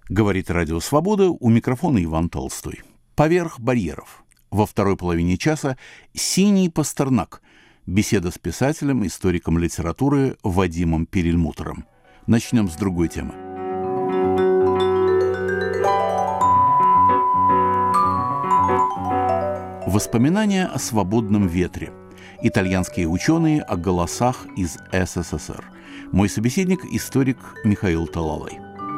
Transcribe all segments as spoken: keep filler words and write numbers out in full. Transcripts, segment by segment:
Говорит Радио Свобода, у микрофона Иван Толстой. Поверх барьеров. Во второй половине часа «Синий Пастернак». Беседа с писателем, историком литературы Вадимом Перельмутером. Начнем с другой темы. Воспоминания о свободном ветре. Итальянские ученые о голосах из СССР. Мой собеседник – историк Михаил Талалай.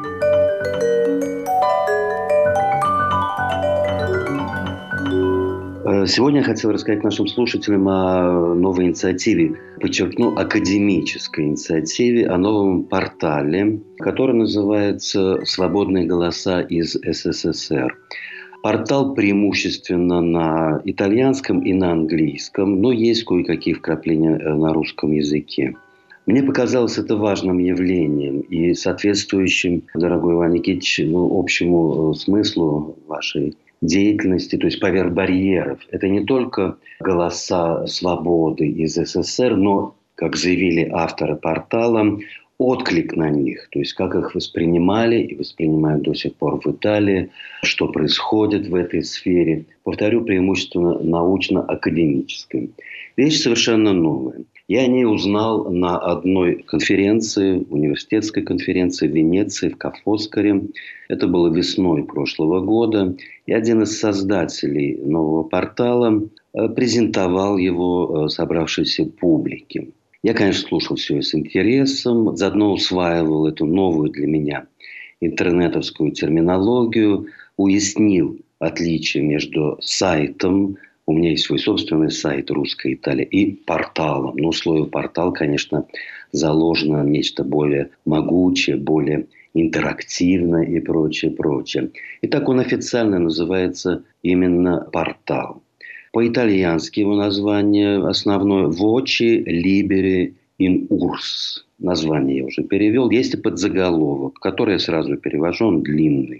Сегодня я хотел рассказать нашим слушателям о новой инициативе, подчеркну, академической инициативе, о новом портале, который называется «Свободные голоса из СССР». Портал преимущественно на итальянском и на английском, но есть кое-какие вкрапления на русском языке. Мне показалось это важным явлением и соответствующим, дорогой Иван Никитич, ну, общему смыслу вашей деятельности, то есть поверх барьеров. Это не только голоса свободы из СССР, но, как заявили авторы портала, отклик на них, то есть как их воспринимали и воспринимают до сих пор в Италии, что происходит в этой сфере. Повторю, преимущественно научно-академической. Вещь совершенно новая. Я о ней узнал на одной конференции, университетской конференции в Венеции, в Ка Фоскаре. Это было весной прошлого года. И один из создателей нового портала презентовал его собравшейся публике. Я, конечно, слушал все с интересом, заодно усваивал эту новую для меня интернетовскую терминологию, уяснил отличие между сайтом, у меня есть свой собственный сайт «Русская Италия», и порталом. Но в слове «портал», конечно, заложено нечто более могучее, более интерактивное и прочее, прочее. Итак, он официально называется именно «портал». По-итальянски его название основное «Voci Liberi in Urs». Название я уже перевел. Есть и подзаголовок, который я сразу перевожу, он длинный.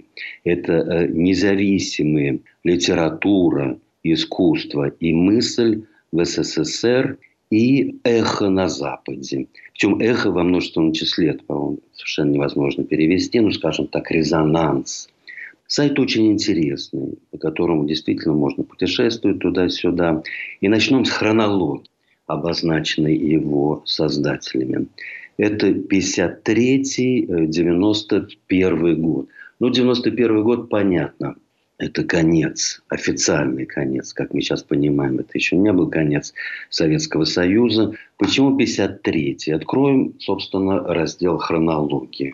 Это независимая литература, искусство и мысль в СССР и эхо на Западе. Причем эхо во множественном числе, это, по-моему, совершенно невозможно перевести, ну, скажем так, резонанс. Сайт очень интересный, по которому действительно можно путешествовать туда-сюда. И начнем с хронологии, обозначенной его создателями. Это пятьдесят третий — девяносто первый год. Ну, девяносто первый год, понятно. Это конец, официальный конец, как мы сейчас понимаем. Это еще не был конец Советского Союза. Почему пятьдесят третий? Откроем, собственно, раздел хронологии.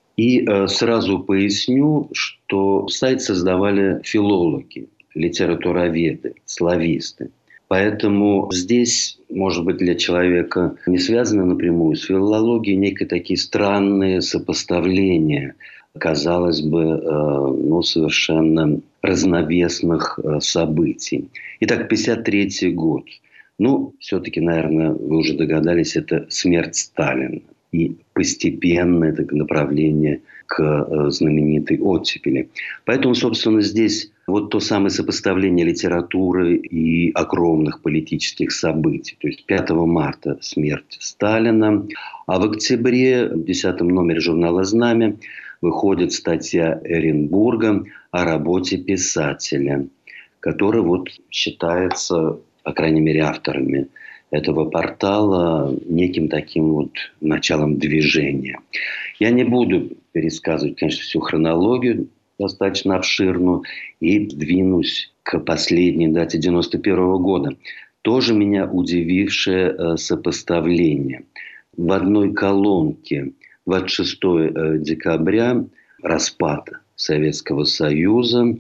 И э, сразу поясню, что сайт создавали филологи, литературоведы, слависты. Поэтому здесь, может быть, для человека не связано напрямую с филологией, некие такие странные сопоставления, казалось бы, э, ну, совершенно разновесных э, событий. Итак, пятьдесят третий год. Ну, все-таки, наверное, вы уже догадались, это смерть Сталина. И постепенное это направление к э, знаменитой оттепели. Поэтому, собственно, здесь вот то самое сопоставление литературы и огромных политических событий. То есть пятого марта смерть Сталина, а в октябре в десятом номере журнала «Знамя» выходит статья Эренбурга о работе писателя, который вот считается, по крайней мере, авторами этого портала неким таким вот началом движения. Я не буду пересказывать, конечно, всю хронологию, достаточно обширную, и двинусь к последней дате девяносто первого года. Тоже меня удивившее сопоставление. В одной колонке двадцать шестого декабря распад Советского Союза,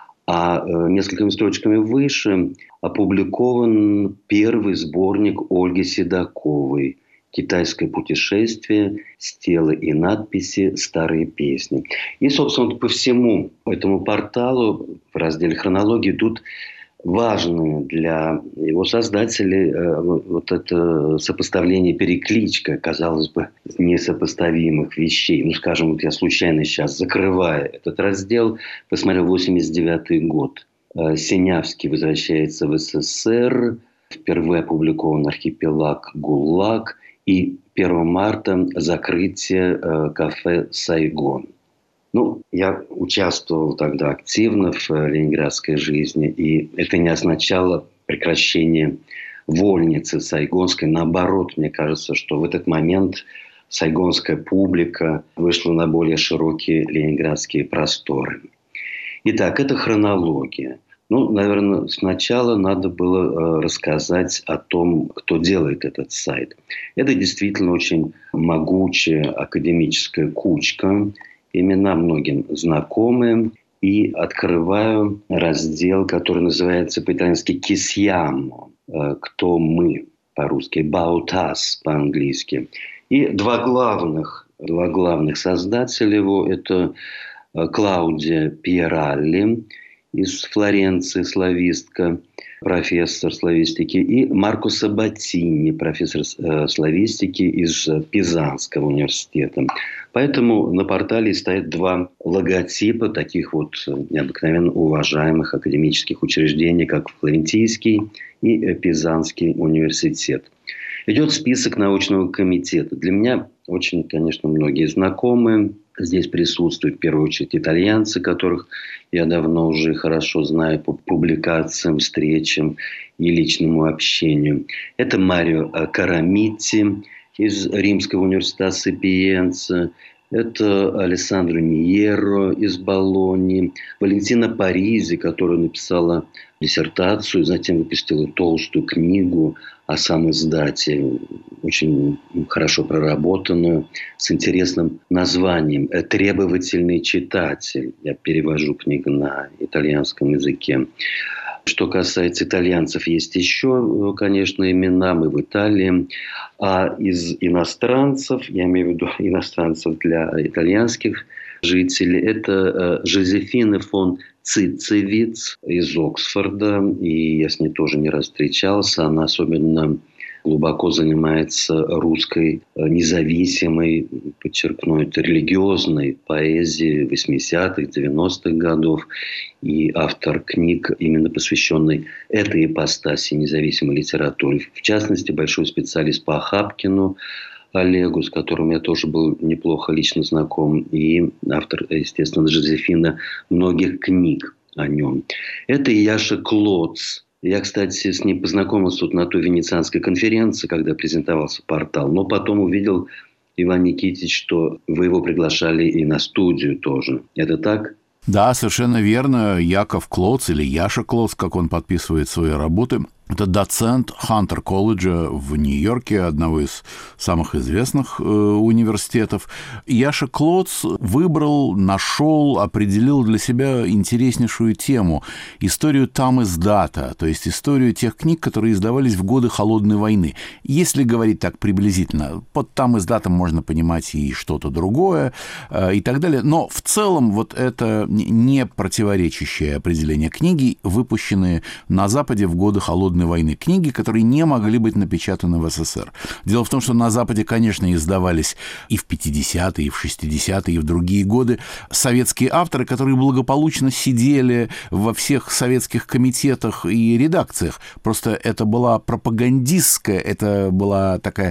а несколькими строчками выше опубликован первый сборник Ольги Седоковой «Китайское путешествие. Стелы и надписи. Старые песни». И, собственно, по всему этому порталу в разделе хронологии идут важные для его создателей э, вот это сопоставление, перекличка, казалось бы, несопоставимых вещей. Ну, скажем, вот я случайно сейчас, закрывая этот раздел, посмотрел восемьдесят девятый год. Э, Синявский возвращается в СССР, впервые опубликован «Архипелаг ГУЛАГ», и первого марта закрытие э, кафе «Сайгон». Ну, я участвовал тогда активно в ленинградской жизни, и это не означало прекращение вольницы сайгонской. Наоборот, мне кажется, что в этот момент сайгонская публика вышла на более широкие ленинградские просторы. Итак, это хронология. Ну, наверное, сначала надо было рассказать о том, кто делает этот сайт. Это действительно очень могучая академическая кучка. Имена многим знакомые. И открываю раздел, который называется по-итальянски «Chi siamo», «Кто мы?» по-русски, «About us» по-английски. И два главных, два главных создателя его – это Клаудия Пьералли из Флоренции, славистка, профессор славистики, и Марко Сабатини, профессор славистики из Пизанского университета. Поэтому на портале стоят два логотипа таких вот необыкновенно уважаемых академических учреждений, как Флорентийский и Пизанский университет. Идет список научного комитета. Для меня очень, конечно, многие знакомые. Здесь присутствуют в первую очередь итальянцы, которых я давно уже хорошо знаю по публикациям, встречам и личному общению. Это Марио Карамитти из Римского университета Сапиенца. Это Алессандро Миеро из Болоньи. Валентина Паризи, которая написала диссертацию, затем выпустила толстую книгу о самиздате, очень хорошо проработанную, с интересным названием «Требовательный читатель». Я перевожу книгу на итальянском языке. Что касается итальянцев, есть еще, конечно, имена. Мы в Италии. А из иностранцев, я имею в виду иностранцев для итальянских жителей, это Жозефина фон Цицевиц из Оксфорда. И я с ней тоже не раз встречался. Она особенно глубоко занимается русской независимой, подчеркну это, религиозной поэзией восьмидесятых, девяностых годов. И автор книг, именно посвященной этой ипостаси независимой литературы. В частности, большой специалист по Ахапкину Олегу, с которым я тоже был неплохо лично знаком. И автор, естественно, Жозефина многих книг о нем. Это Яша Клоц. Я, кстати, с ним познакомился тут на той венецианской конференции, когда презентовался портал. Но потом увидел, Иван Никитич, что вы его приглашали и на студию тоже. Это так? Да, совершенно верно. Яков Клоц или Яша Клоц, как он подписывает свои работы. Это доцент Хантер колледжа в Нью-Йорке, одного из самых известных э, университетов. Яша Клоц выбрал, нашел, определил для себя интереснейшую тему – историю тамиздата, то есть историю тех книг, которые издавались в годы Холодной войны. Если говорить так приблизительно, под тамиздатом можно понимать и что-то другое э, и так далее. Но в целом вот это не противоречащее определение книги, выпущенные на Западе в годы Холодной войны, книги, которые не могли быть напечатаны в СССР. Дело в том, что на Западе, конечно, издавались и в пятидесятые, и в шестидесятые, и в другие годы советские авторы, которые благополучно сидели во всех советских комитетах и редакциях. Просто это была пропагандистская, это была такая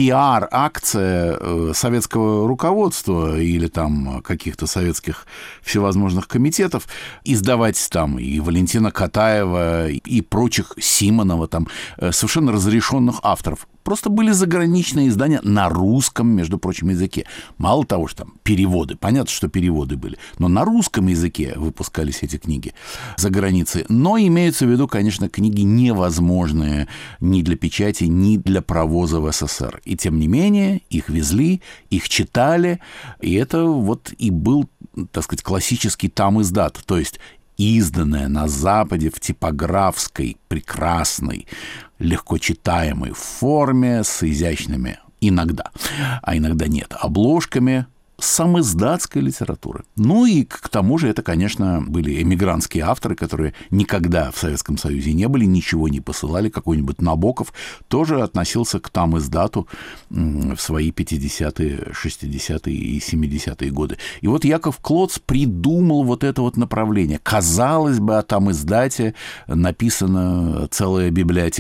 пиар-акция советского руководства или там каких-то советских всевозможных комитетов издавать там и Валентина Катаева, и прочих Симонова, там, совершенно разрешенных авторов. Просто были заграничные издания на русском, между прочим, языке. Мало того, что там переводы, понятно, что переводы были, но на русском языке выпускались эти книги за границей. Но имеются в виду, конечно, книги невозможные ни для печати, ни для провоза в СССР. И тем не менее, их везли, их читали, и это вот и был, так сказать, классический тамиздат, то есть изданная на Западе в типографской, прекрасной, легко читаемой форме с изящными иногда, а иногда нет, обложками самиздатской литературы. Ну и к тому же это, конечно, были эмигрантские авторы, которые никогда в Советском Союзе не были, ничего не посылали. Какой-нибудь Набоков тоже относился к тамиздату в свои пятидесятые, шестидесятые и семидесятые годы. И вот Яков Клоц придумал вот это вот направление. Казалось бы, о тамиздате написана целая библиотека.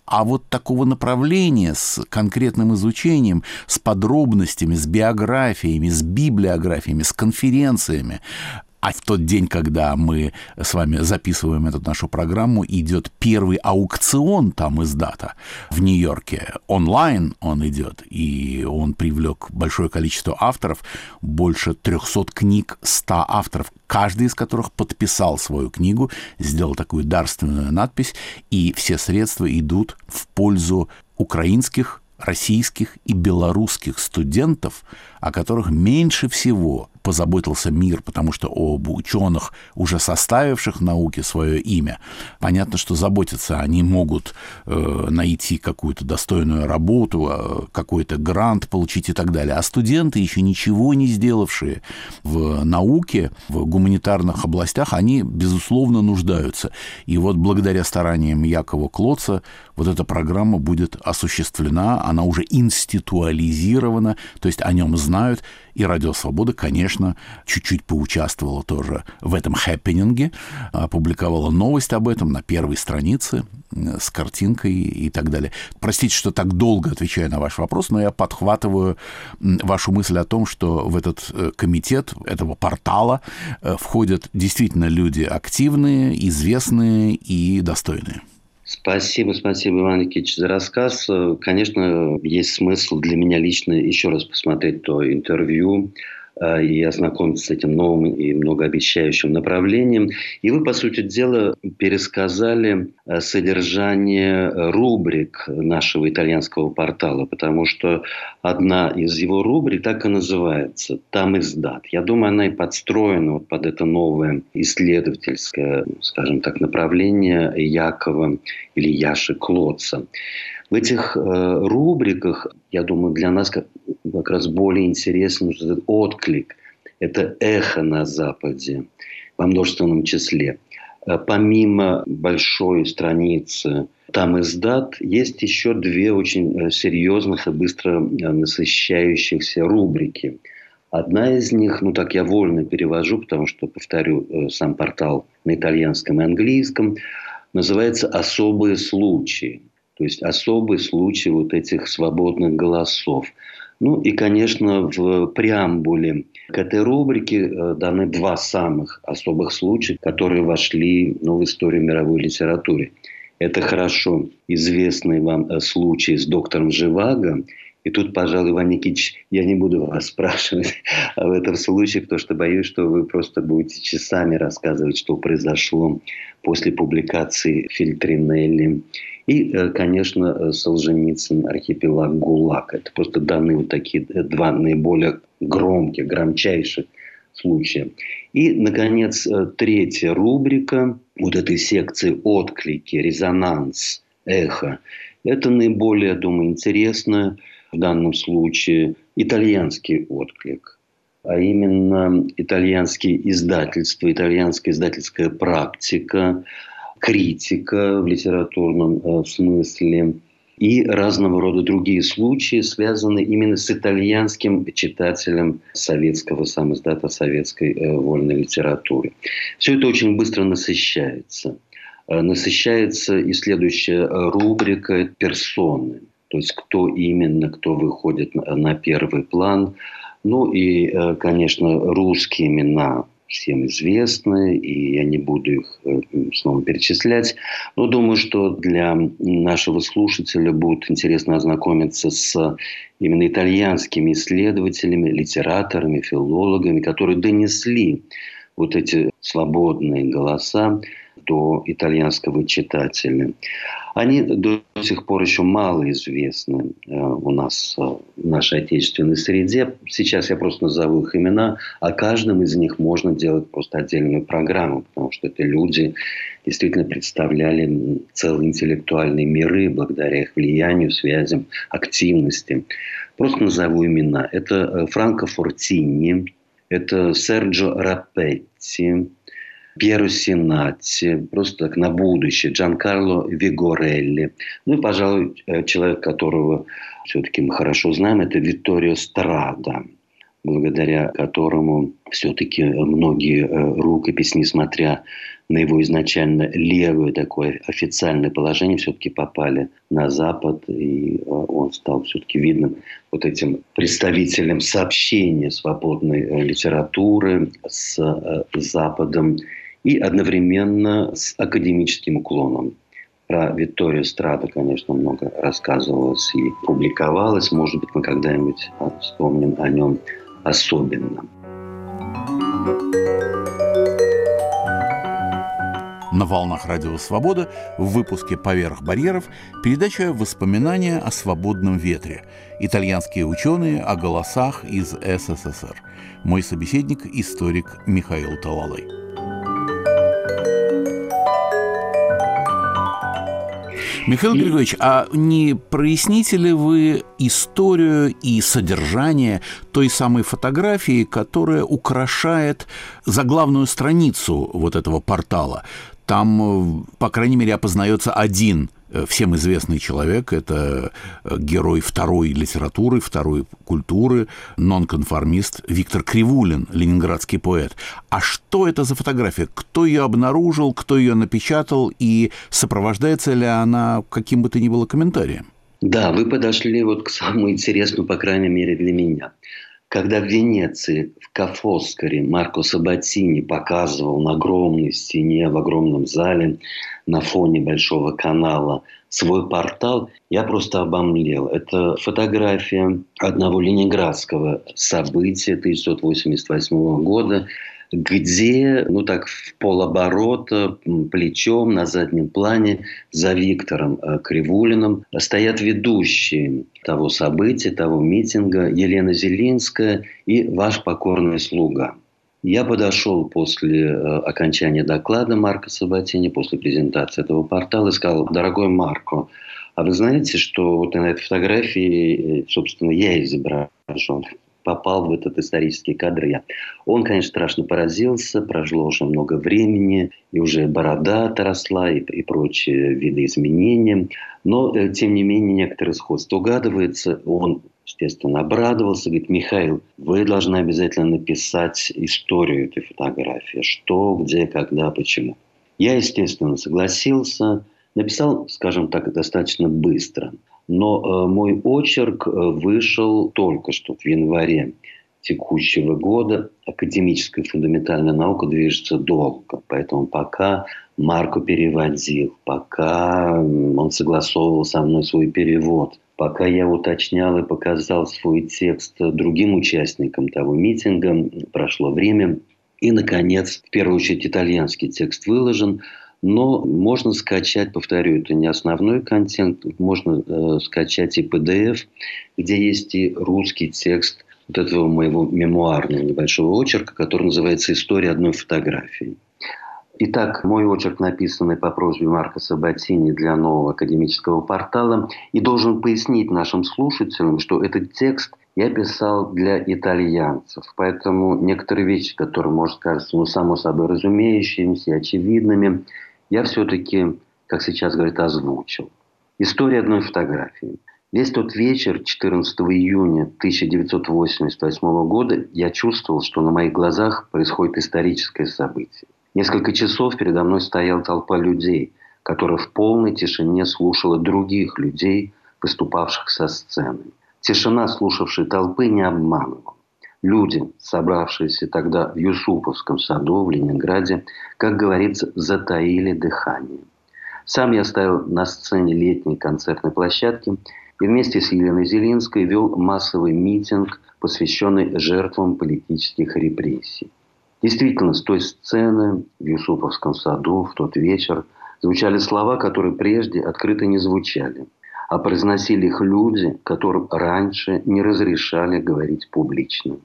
А вот такого направления с конкретным изучением, с подробностями, с биографиями, с библиографиями, с конференциями. А в тот день, когда мы с вами записываем эту нашу программу, идет первый аукцион там издата в Нью-Йорке. Онлайн он идет, и он привлек большое количество авторов, больше трехсот книг, ста авторов, каждый из которых подписал свою книгу, сделал такую дарственную надпись, и все средства идут в пользу украинских, российских и белорусских студентов, о которых меньше всего позаботился мир, потому что об ученых, уже составивших в науке свое имя, понятно, что заботиться они могут э, найти какую-то достойную работу, э, какой-то грант получить и так далее. А студенты, еще ничего не сделавшие в науке, в гуманитарных областях, они, безусловно, нуждаются. И вот благодаря стараниям Якова Клотца вот эта программа будет осуществлена, она уже институализирована, то есть о нем знают, и Радио Свобода, конечно, чуть-чуть поучаствовала тоже в этом хэппенинге, опубликовала новость об этом на первой странице с картинкой и так далее. Простите, что так долго отвечаю на ваш вопрос, но я подхватываю вашу мысль о том, что в этот комитет этого портала входят действительно люди активные, известные и достойные. Спасибо, спасибо, Иван Никитич, за рассказ. Конечно, есть смысл для меня лично еще раз посмотреть то интервью и ознакомиться с этим новым и многообещающим направлением. И вы, по сути дела, пересказали содержание рубрик нашего итальянского портала, потому что одна из его рубрик так и называется «Там издат». Я думаю, она и подстроена вот под это новое исследовательское, скажем так, направление Якова или Яши Клотца. В этих э, рубриках, я думаю, для нас как, как раз более интересен этот отклик. Это эхо на Западе во множественном числе. Э, помимо большой страницы «Там издат», есть еще две очень серьезных и быстро насыщающихся рубрики. Одна из них, ну так я вольно перевожу, потому что, повторю, э, сам портал на итальянском и английском, называется «Особые случаи». То есть особый случай вот этих свободных голосов. Ну и, конечно, в преамбуле к этой рубрике даны два самых особых случая, которые вошли ну, в историю мировой литературы. Это хорошо известный вам случай с доктором Живаго. И тут, пожалуй, Иван Никитич, я не буду вас спрашивать об этом случае, потому что боюсь, что вы просто будете часами рассказывать, что произошло после публикации Фельтринелли. И, конечно, Солженицын, «Архипелаг ГУЛАГ». Это просто даны вот такие два наиболее громких, громчайших случая. И, наконец, третья рубрика вот этой секции «Отклики», «Резонанс», «Эхо». Это наиболее, думаю, интересно в данном случае итальянский отклик. А именно итальянские издательства, итальянская издательская практика, критика в литературном э, смысле и разного рода другие случаи, связанные именно с итальянским читателем советского самиздата, советской э, вольной литературы. Все это очень быстро насыщается. Э, насыщается и следующая рубрика «Персоны». То есть, кто именно, кто выходит на, на первый план. Ну и, э, конечно, русские имена всем известны, и я не буду их снова перечислять. Но думаю, что для нашего слушателя будет интересно ознакомиться с именно итальянскими исследователями, литераторами, филологами, которые донесли вот эти свободные голоса до итальянского читателя. Они до сих пор еще мало известны у нас в нашей отечественной среде. Сейчас я просто назову их имена. О каждом из них можно делать просто отдельную программу, потому что это люди действительно представляли целые интеллектуальные миры благодаря их влиянию, связям, активности. Просто назову имена. Это Франко Фортини, это Серджо Рапетти, Пьеро Синатти, просто так на будущее, Джанкарло Вигорелли. Ну и, пожалуй, человек, которого все-таки мы хорошо знаем, это Витторио Страда. благодаря которому все-таки многие рукописи, несмотря на его изначально левое такое официальное положение, все-таки попали на Запад, и он стал все-таки видным вот этим представителем сообщения свободной литературы с Западом и одновременно с академическим уклоном. Про Витторио Страдо, конечно, много рассказывалось и публиковалось. Может быть, мы когда-нибудь вспомним о нем особенно. На волнах Радио Свобода в выпуске «Поверх барьеров» передача «Воспоминания о свободном ветре». Итальянские ученые о голосах из СССР. Мой собеседник – историк Михаил Талалай. Михаил Григорьевич, а не проясните ли вы историю и содержание той самой фотографии, которая украшает заглавную страницу вот этого портала? Там, по крайней мере, опознается один всем известный человек, это герой второй литературы, второй культуры, нонконформист Виктор Кривулин, ленинградский поэт. А что это за фотография? Кто ее обнаружил, кто ее напечатал, и сопровождается ли она каким бы то ни было комментарием? Да, вы подошли вот к самому интересному, по крайней мере, для меня. Когда в Венеции, в Ка' Фоскаре, Марко Сабатини показывал на огромной стене, в огромном зале, на фоне Большого канала свой портал, я просто обомлел. Это фотография одного ленинградского события тысяча девятьсот восемьдесят восьмого года, где, ну так, в полоборота, плечом на заднем плане за Виктором Кривулиным стоят ведущие того события, того митинга Елена Зелинская и ваш покорный слуга. Я подошел после окончания доклада Марко Сабатини, после презентации этого портала, и сказал: дорогой Марко, а вы знаете, что вот на этой фотографии, собственно, я изображен? Попал в этот исторический кадр я. Он, конечно, страшно поразился, прошло уже много времени, и уже борода отросла, и, и прочие виды изменений. Но, тем не менее, некоторые сходства угадывается. Он, естественно, обрадовался, говорит: Михаил, вы должны обязательно написать историю этой фотографии. Что, где, когда, почему. Я, естественно, согласился. Написал, скажем так, достаточно быстро. Но э, мой очерк вышел только что в январе текущего года. Академическая фундаментальная наука движется долго. Поэтому пока Марко переводил, пока он согласовывал со мной свой перевод, пока я уточнял и показал свой текст другим участникам того митинга, прошло время. И, наконец, в первую очередь, итальянский текст выложен. Но можно скачать, повторю, это не основной контент, можно э, скачать и пи ди эф, где есть и русский текст вот этого моего мемуарного небольшого очерка, который называется «История одной фотографии». Итак, мой очерк, написанный по просьбе Марко Сабатини для нового академического портала, и должен пояснить нашим слушателям, что этот текст я писал для итальянцев. Поэтому некоторые вещи, которые, может, кажутся, ну, само собой разумеющимися, очевидными, я все-таки, как сейчас говорят, озвучил. История одной фотографии. Весь тот вечер, четырнадцатого июня тысяча девятьсот восемьдесят восьмого года, я чувствовал, что на моих глазах происходит историческое событие. Несколько часов передо мной стояла толпа людей, которая в полной тишине слушала других людей, выступавших со сцены. Тишина слушавшей толпы не обманывала. Люди, собравшиеся тогда в Юсуповском саду в Ленинграде, как говорится, затаили дыхание. Сам я стоял на сцене летней концертной площадки и вместе с Еленой Зелинской вел массовый митинг, посвященный жертвам политических репрессий. Действительно, с той сцены в Юсуповском саду в тот вечер звучали слова, которые прежде открыто не звучали, а произносили их люди, которым раньше не разрешали говорить публично.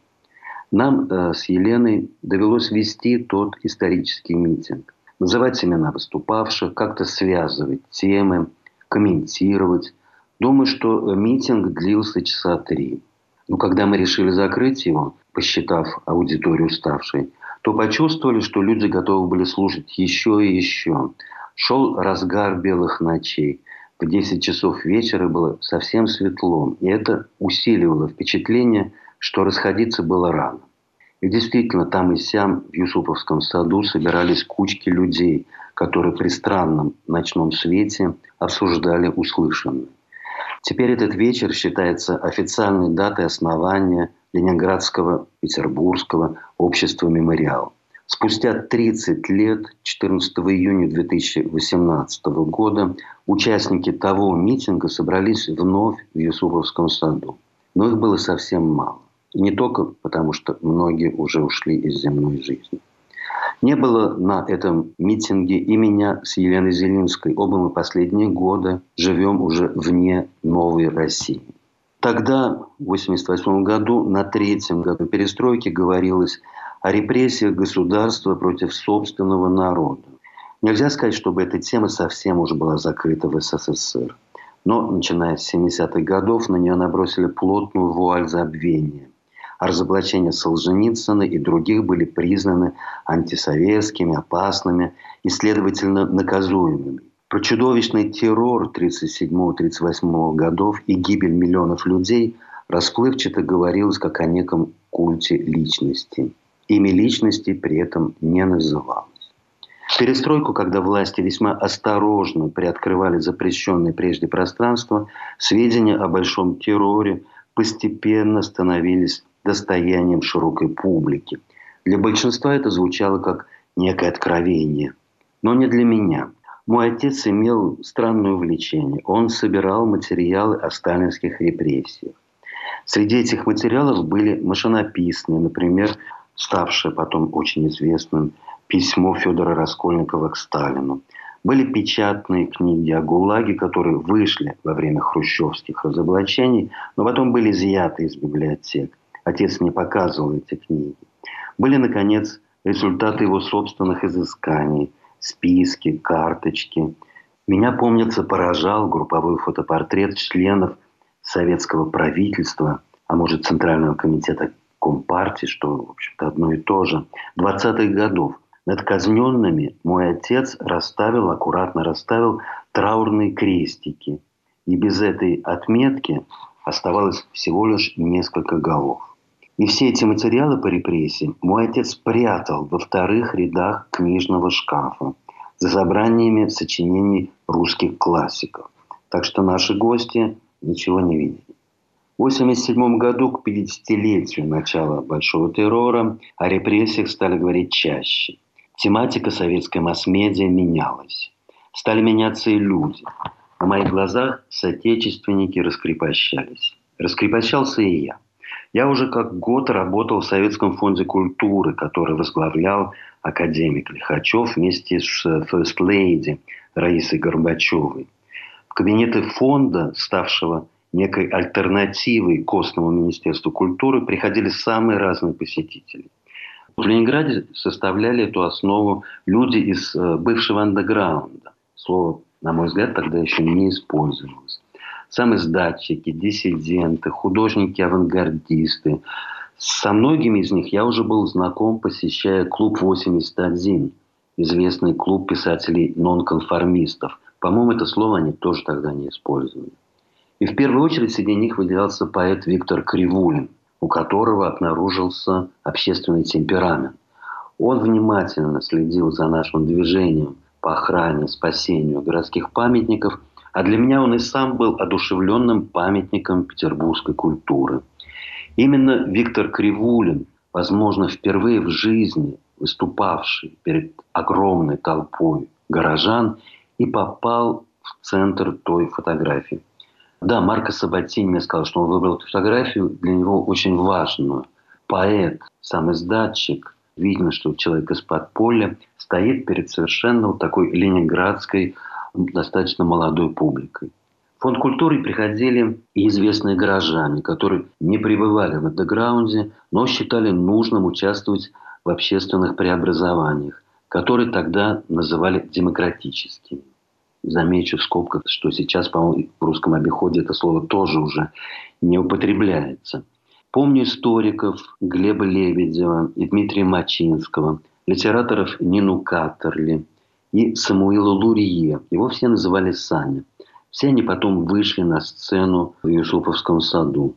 Нам э, с Еленой довелось вести тот исторический митинг, называть имена выступавших, как-то связывать темы, комментировать. Думаю, что митинг длился часа три. Но когда мы решили закрыть его, посчитав аудиторию уставшей, то почувствовали, что люди готовы были слушать еще и еще. Шел разгар белых ночей. В десять часов вечера было совсем светло. И это усиливало впечатление, что расходиться было рано. И действительно, там и сям в Юсуповском саду собирались кучки людей, которые при странном ночном свете обсуждали услышанное. Теперь этот вечер считается официальной датой основания Ленинградского Петербургского общества «Мемориал». Спустя тридцать лет, четырнадцатого июня две тысячи восемнадцатого года, участники того митинга собрались вновь в Юсуповском саду. Но их было совсем мало. И не только потому, что многие уже ушли из земной жизни. Не было на этом митинге и меня с Еленой Зелинской. Оба мы последние годы живем уже вне новой России. Тогда, в восемьдесят восьмом году, на третьем году перестройки говорилось о репрессиях государства против собственного народа. Нельзя сказать, чтобы эта тема совсем уже была закрыта в СССР. Но, начиная с семидесятых годов, на нее набросили плотную вуаль забвения. А разоблачения Солженицына и других были признаны антисоветскими, опасными и, следовательно, наказуемыми. Про чудовищный террор тридцать седьмого — тридцать восьмого годов и гибель миллионов людей расплывчато говорилось как о неком культе личности. Имя личности при этом не называлось. В перестройку, когда власти весьма осторожно приоткрывали запрещенное прежде пространство, сведения о большом терроре постепенно становились достоянием широкой публики. Для большинства это звучало как некое откровение. Но не для меня. Мой отец имел странное увлечение. Он собирал материалы о сталинских репрессиях. Среди этих материалов были машинописные, например, ставшее потом очень известным письмо Федора Раскольникова к Сталину. Были печатные книги о ГУЛАГе, которые вышли во время хрущевских разоблачений, но потом были изъяты из библиотек. Отец мне показывал эти книги. Были, наконец, результаты его собственных изысканий, списки, карточки. Меня, помнится, поражал групповой фотопортрет членов советского правительства, а может, Центрального комитета Компартии, что, в общем-то, одно и то же, двадцатых годов. Над казненными мой отец расставил, аккуратно расставил траурные крестики. И без этой отметки оставалось всего лишь несколько голов. И все эти материалы по репрессиям мой отец прятал во вторых рядах книжного шкафа за собраниями сочинений русских классиков. Так что наши гости ничего не видели. В восемьдесят седьмом году, к пятидесятилетию начала Большого террора, о репрессиях стали говорить чаще. Тематика советской масс-медиа менялась. Стали меняться и люди. На моих глазах соотечественники раскрепощались. Раскрепощался и я. Я уже как год работал в Советском фонде культуры, который возглавлял академик Лихачев вместе с First Lady Раисой Горбачевой. В кабинеты фонда, ставшего некой альтернативой Костному министерству культуры, приходили самые разные посетители. В Ленинграде составляли эту основу люди из бывшего андеграунда. Слово, на мой взгляд, тогда еще не использовалось. Самоиздатчики, диссиденты, художники-авангардисты. Со многими из них я уже был знаком, посещая клуб восемьдесят один, известный клуб писателей-нонконформистов. По-моему, это слово они тоже тогда не использовали. И в первую очередь среди них выделялся поэт Виктор Кривулин, у которого обнаружился общественный темперамент. Он внимательно следил за нашим движением по охране, спасению городских памятников, а для меня он и сам был одушевленным памятником петербургской культуры. Именно Виктор Кривулин, возможно, впервые в жизни выступавший перед огромной толпой горожан, и попал в центр той фотографии. Да, Марко Сабатини мне сказал, что он выбрал эту фотографию для него очень важную. Поэт, самоиздатчик, видно, что человек из подполья стоит перед совершенно вот такой ленинградской, достаточно молодой публикой. В фонд культуры приходили и известные горожане, которые не пребывали в андеграунде, но считали нужным участвовать в общественных преобразованиях, которые тогда называли демократическими. Замечу в скобках, что сейчас, по-моему, в русском обиходе это слово тоже уже не употребляется. Помню историков Глеба Лебедева и Дмитрия Мачинского, литераторов Нину Каттерли и Самуила Лурье. Его все называли Саня. Все они потом вышли на сцену в Юсуповском саду.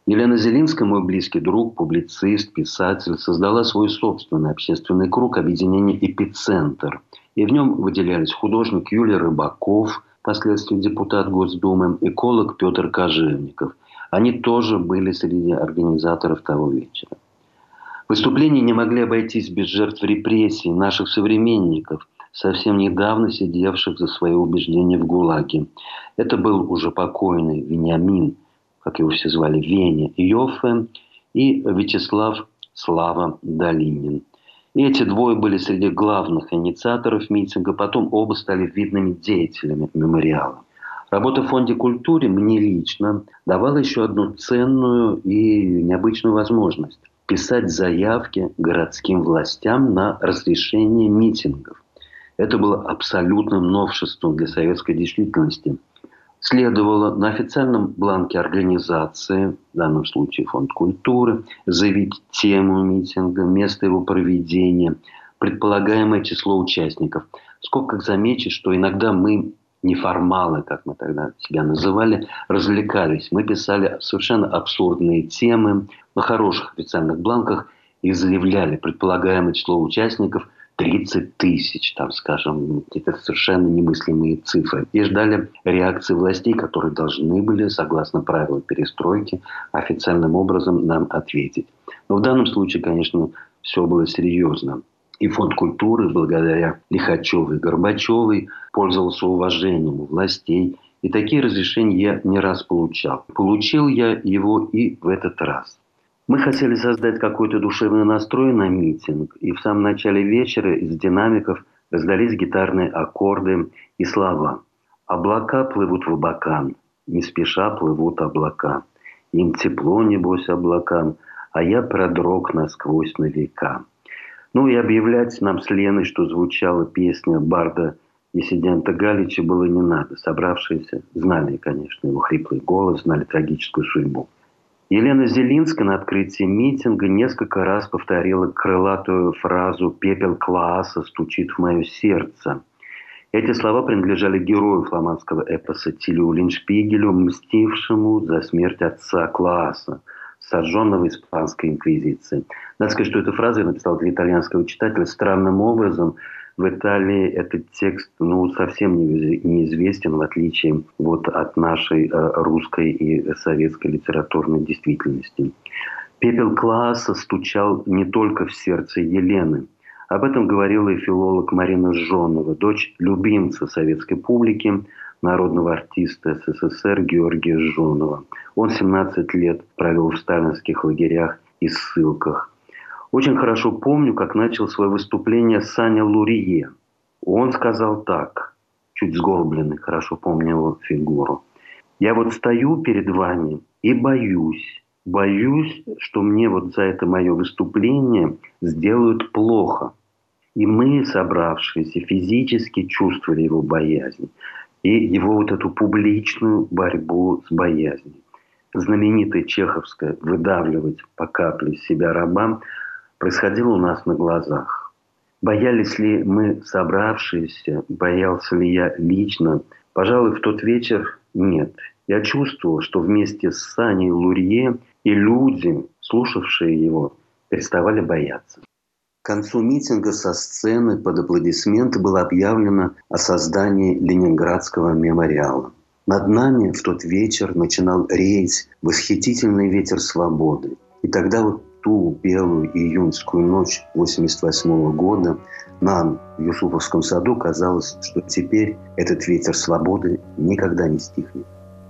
Елена Зелинская, мой близкий друг, публицист, писатель, создала свой собственный общественный круг объединения «Эпицентр». И в нем выделялись художник Юлий Рыбаков, впоследствии депутат Госдумы, эколог Петр Кожевников. Они тоже были среди организаторов того вечера. Выступления не могли обойтись без жертв репрессий наших современников, совсем недавно сидевших за свои убеждения в ГУЛАГе. Это был уже покойный Вениамин, как его все звали, Веня Йоффе, и Вячеслав Слава Долинин. И эти двое были среди главных инициаторов митинга, потом оба стали видными деятелями мемориала. Работа в Фонде культуры мне лично давала еще одну ценную и необычную возможность – писать заявки городским властям на разрешение митингов. Это было абсолютным новшеством для советской действительности. Следовало на официальном бланке организации, в данном случае Фонд культуры, заявить тему митинга, место его проведения, предполагаемое число участников. В скобках замечу, что иногда мы, неформалы, как мы тогда себя называли, развлекались. Мы писали совершенно абсурдные темы на хороших официальных бланках и заявляли предполагаемое число участников – тридцать тысяч, там, скажем, какие-то совершенно немыслимые цифры. И ждали реакции властей, которые должны были, согласно правилам перестройки, официальным образом нам ответить. Но в данном случае, конечно, все было серьезно. И Фонд культуры, благодаря Лихачевой и Горбачевой, пользовался уважением у властей. И такие разрешения я не раз получал. Получил я его и в этот раз. Мы хотели создать какой-то душевный настрой на митинг, и в самом начале вечера из динамиков раздались гитарные аккорды и слова. «Облака плывут в Абакан, не спеша плывут облака. Им тепло, небось, облакам, а я продрог насквозь на века». Ну и объявлять нам с Леной, что звучала песня барда-диссидента Галича, было не надо. Собравшиеся знали, конечно, его хриплый голос, знали трагическую судьбу. Елена Зелинская на открытии митинга несколько раз повторила крылатую фразу «Пепел Клааса стучит в мое сердце». Эти слова принадлежали герою фламандского эпоса Тилю Линшпигелю, мстившему за смерть отца Клааса, сожженного испанской инквизицией. Надо сказать, что эту фразу я написал для итальянского читателя. Странным образом в Италии этот текст ну, совсем неизвестен, в отличие вот от нашей э, русской и советской литературной действительности. Пепел Клааса стучал не только в сердце Елены. Об этом говорила и филолог Марина Жонова, дочь любимца советской публики, народного артиста СССР Георгия Жонова. Он семнадцать лет провел в сталинских лагерях и ссылках. Очень хорошо помню, как начал свое выступление Саня Лурье. Он сказал так, чуть сгорбленный, хорошо помню его фигуру. «Я вот стою перед вами и боюсь, боюсь, что мне вот за это мое выступление сделают плохо». И мы, собравшиеся, физически чувствовали его боязнь и его вот эту публичную борьбу с боязнью. Знаменитая чеховская «выдавливать по капле из себя рабам» происходило у нас на глазах. Боялись ли мы, собравшиеся, боялся ли я лично? Пожалуй, в тот вечер нет. Я чувствовал, что вместе с Саней Лурье и люди, слушавшие его, переставали бояться. К концу митинга со сцены под аплодисменты было объявлено о создании Ленинградского мемориала. Над нами в тот вечер начинал реять восхитительный ветер свободы. И тогда вот ту белую июньскую ночь восемьдесят восьмого года нам в Юсуповском саду казалось, что теперь этот ветер свободы никогда не стихнет.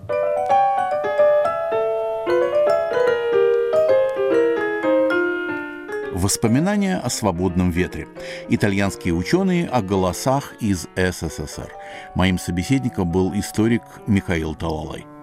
Воспоминания о свободном ветре. Итальянские ученые о голосах из СССР. Моим собеседником был историк Михаил Талалай.